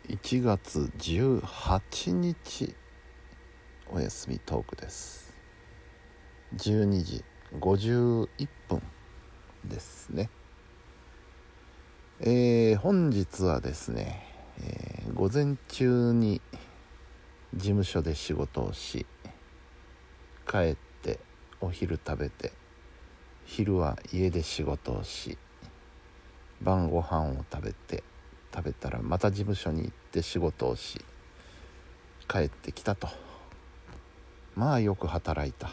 1月18日お休みトークです。12時51分ですね。本日はですね、午前中に事務所で仕事をし、帰ってお昼食べて、昼は家で仕事をし、晩ご飯を食べたらまた事務所に行って仕事をし、帰ってきたと。まあよく働いた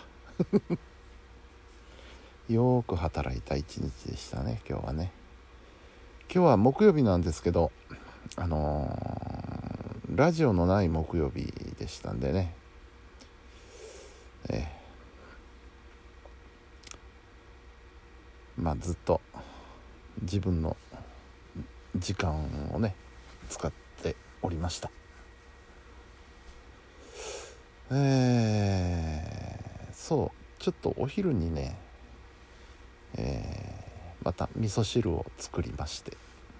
よく働いた一日でしたね。今日は木曜日なんですけど、ラジオのない木曜日でしたんでね、まあずっと自分の時間をね使っておりました。そうちょっとお昼にね、また味噌汁を作りまして、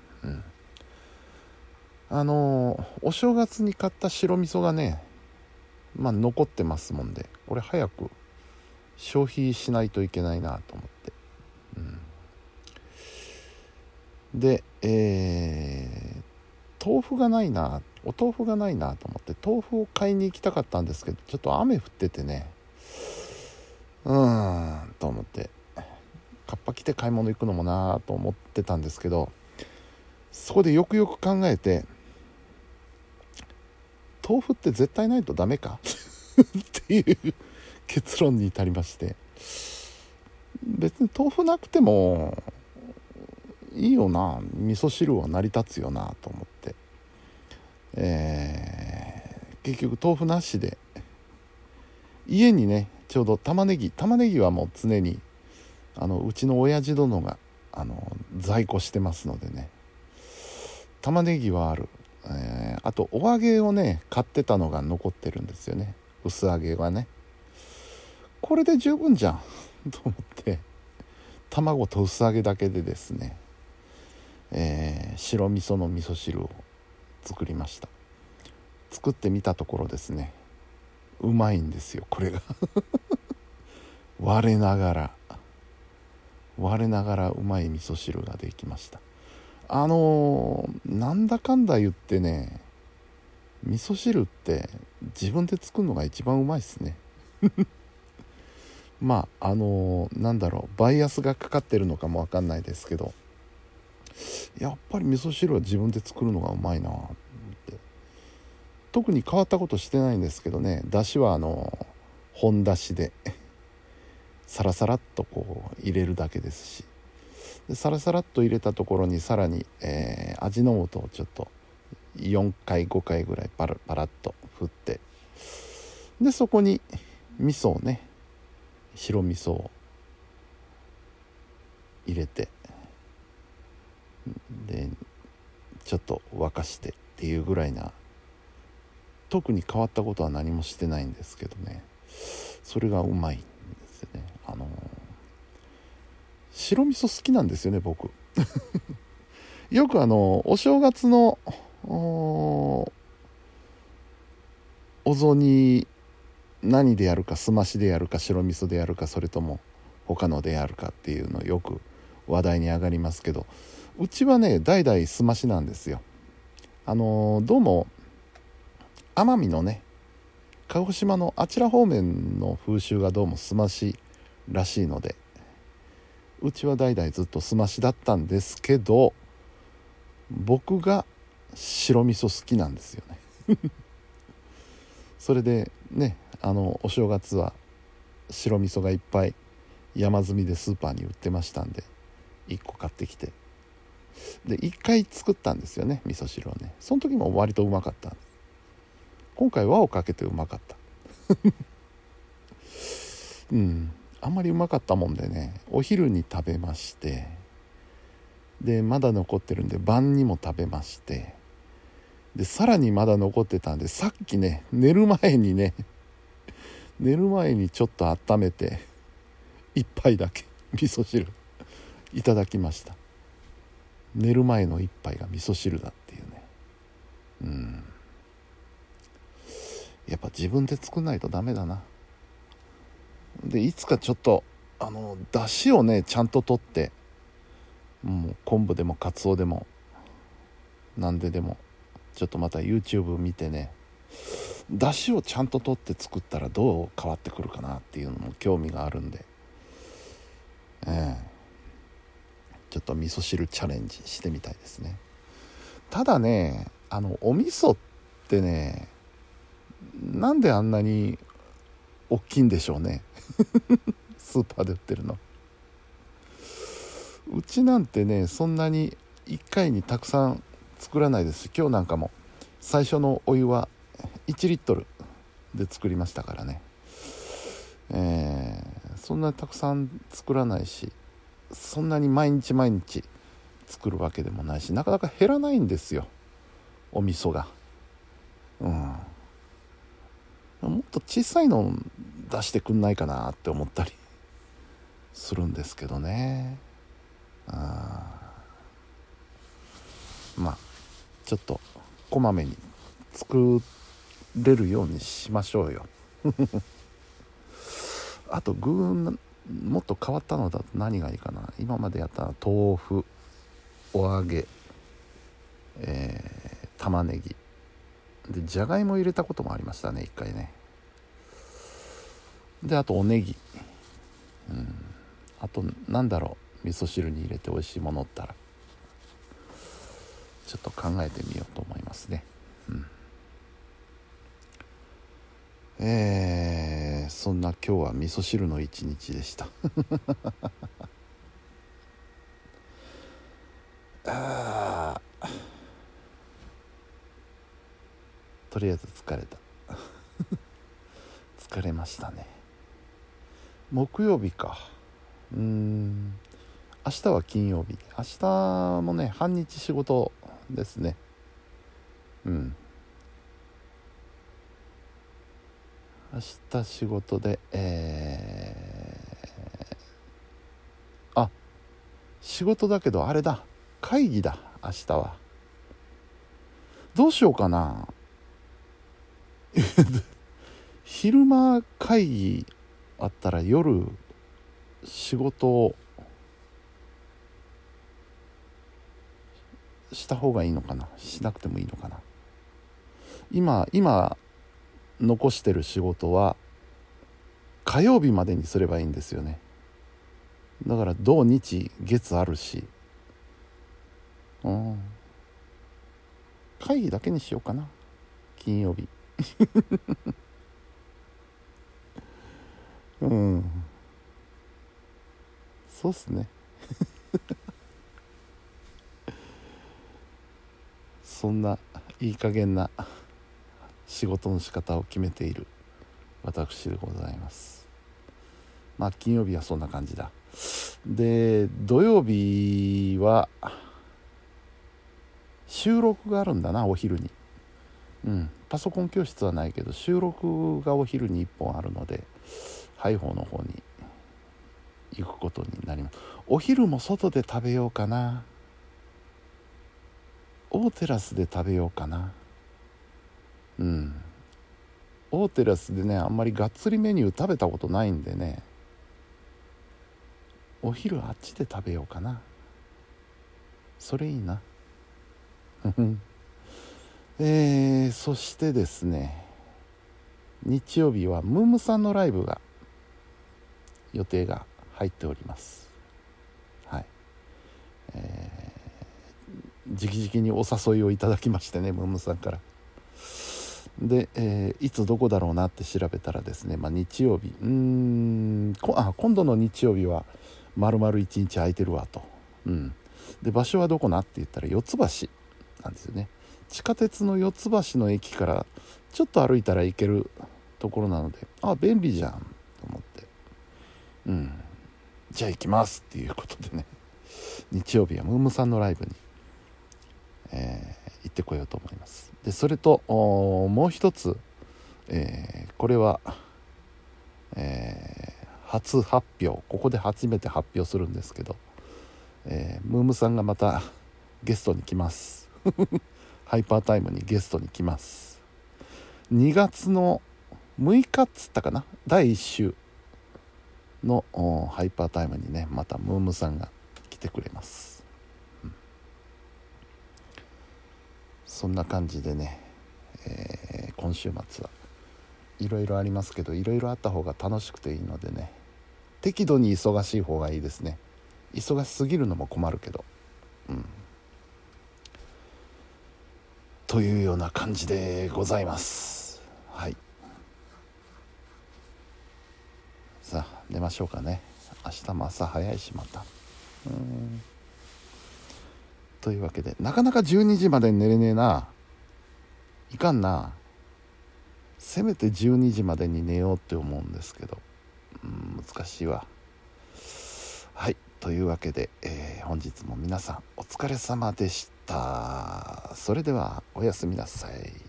お正月に買った白味噌がね、残ってますもんで、これ早く消費しないといけないなと思って、で、お豆腐がないなと思って豆腐を買いに行きたかったんですけど、ちょっと雨降っててね、と思ってカッパ着て買い物行くのもなと思ってたんですけど、そこでよくよく考えて、豆腐って絶対ないとダメかっていう結論に至りまして、別に豆腐なくてもいいよな、味噌汁は成り立つよなと思って、結局豆腐なしで、家にねちょうど玉ねぎはもう常にうちの親父殿が在庫してますのでね、玉ねぎはある、あとお揚げをね買ってたのが残ってるんですよね。薄揚げがね、これで十分じゃんと思って、卵と薄揚げだけでですね、白味噌の味噌汁を作りました。作ってみたところですね、うまいんですよこれが我ながらうまい味噌汁ができました。なんだかんだ言ってね、味噌汁って自分で作るのが一番うまいですねなんだろう、バイアスがかかってるのかもわかんないですけど、やっぱり味噌汁は自分で作るのがうまいなって。特に変わったことしてないんですけどね、だしは本だしでサラサラっとこう入れるだけですし、でサラサラっと入れたところにさらに、味の素をちょっと4回5回ぐらいパラッと振って、でそこに味噌をね、白味噌を入れて、でちょっと沸かしてっていうぐらいな、特に変わったことは何もしてないんですけどね、それがうまいんですよね。白味噌好きなんですよね僕よくお正月のお雑煮何でやるか、すましでやるか白味噌でやるか、それとも他のでやるかっていうのよく話題に上がりますけど、うちはね代々すましなんですよ。どうも奄美のね、鹿児島のあちら方面の風習がどうもすましらしいので、うちは代々ずっとすましだったんですけど、僕が白味噌好きなんですよねそれでね、お正月は白味噌がいっぱい山積みでスーパーに売ってましたんで、1個買ってきて、で1回作ったんですよね、味噌汁をね。その時も割とうまかった。今回輪をかけてうまかったあんまりうまかったもんでね、お昼に食べまして、でまだ残ってるんで晩にも食べまして、でさらにまだ残ってたんで、さっきね寝る前にちょっと温めて一杯だけ味噌汁いただきました。寝る前の一杯が味噌汁だっていうね。 自分で作んないとダメだな。でいつかちょっと出汁をねちゃんと取って、もう昆布でもカツオでもなんででもちょっとまた YouTube 見てね、出汁をちゃんと取って作ったらどう変わってくるかなっていうのも興味があるんで、ちょっと味噌汁チャレンジしてみたいですね。ただね、お味噌ってね、なんであんなに大きいんでしょうねスーパーで売ってるの。うちなんてねそんなに1回にたくさん作らないです。今日なんかも最初のお湯は1リットルで作りましたからね、そんなたくさん作らないし、そんなに毎日毎日作るわけでもないし、なかなか減らないんですよ、お味噌が。もっと小さいの出してくんないかなって思ったりするんですけどね。まあちょっとこまめに作れるようにしましょうよあともっと変わったのだと何がいいかな。今までやったのは豆腐、お揚げ、玉ねぎでじゃがいも入れたこともありましたね、一回ね。であとおネギ、あとなんだろう、味噌汁に入れて美味しいものったらちょっと考えてみようと思いますね。そんな今日は味噌汁の一日でしたとりあえず疲れた疲れましたね。木曜日か。明日は金曜日。明日もね半日仕事ですね。明日仕事で仕事だけどあれだ、会議だ明日は。どうしようかな昼間会議あったら夜仕事をした方がいいのかな、しなくてもいいのかな。今残してる仕事は火曜日までにすればいいんですよね。だから土日月あるし、会議だけにしようかな、金曜日そうっすねそんないい加減な仕事の仕方を決めている私でございます。まあ金曜日はそんな感じだ。で土曜日は収録があるんだな、お昼に。パソコン教室はないけど収録がお昼に1本あるので、ハイホーの方に行くことになります。お昼も外で食べようかな、大テラスで食べようかな。大テラスでねあんまりがっつりメニュー食べたことないんでね、お昼あっちで食べようかな。それいいなそしてですね、日曜日はムームさんのライブが予定が入っております。はい、直々にお誘いをいただきましてね、ムームさんから。で、いつどこだろうなって調べたらですね、日曜日、今度の日曜日は丸々1日空いてるわと。で場所はどこなって言ったら四ツ橋なんですよね。地下鉄の四ツ橋の駅からちょっと歩いたら行けるところなので、便利じゃんと思って、じゃあ行きますっていうことでね、日曜日はムームさんのライブに、行ってこようと思います。でそれともう一つ、これは、初発表、ここで初めて発表するんですけど、ムームさんがまたゲストに来ますハイパータイムにゲストに来ます。2月の 6日っつったかな、第1週のハイパータイムにね、またムームさんが来てくれます、そんな感じでね、今週末はいろいろありますけど、いろいろあった方が楽しくていいのでね、適度に忙しい方がいいですね。忙しすぎるのも困るけど、というような感じでございます。はい、さあ寝ましょうかね。明日も朝早いし、またというわけで、なかなか12時までに寝れねえな、いかんな、せめて12時までに寝ようって思うんですけど、難しいわ。はい、というわけで、本日も皆さんお疲れ様でした。それではおやすみなさい。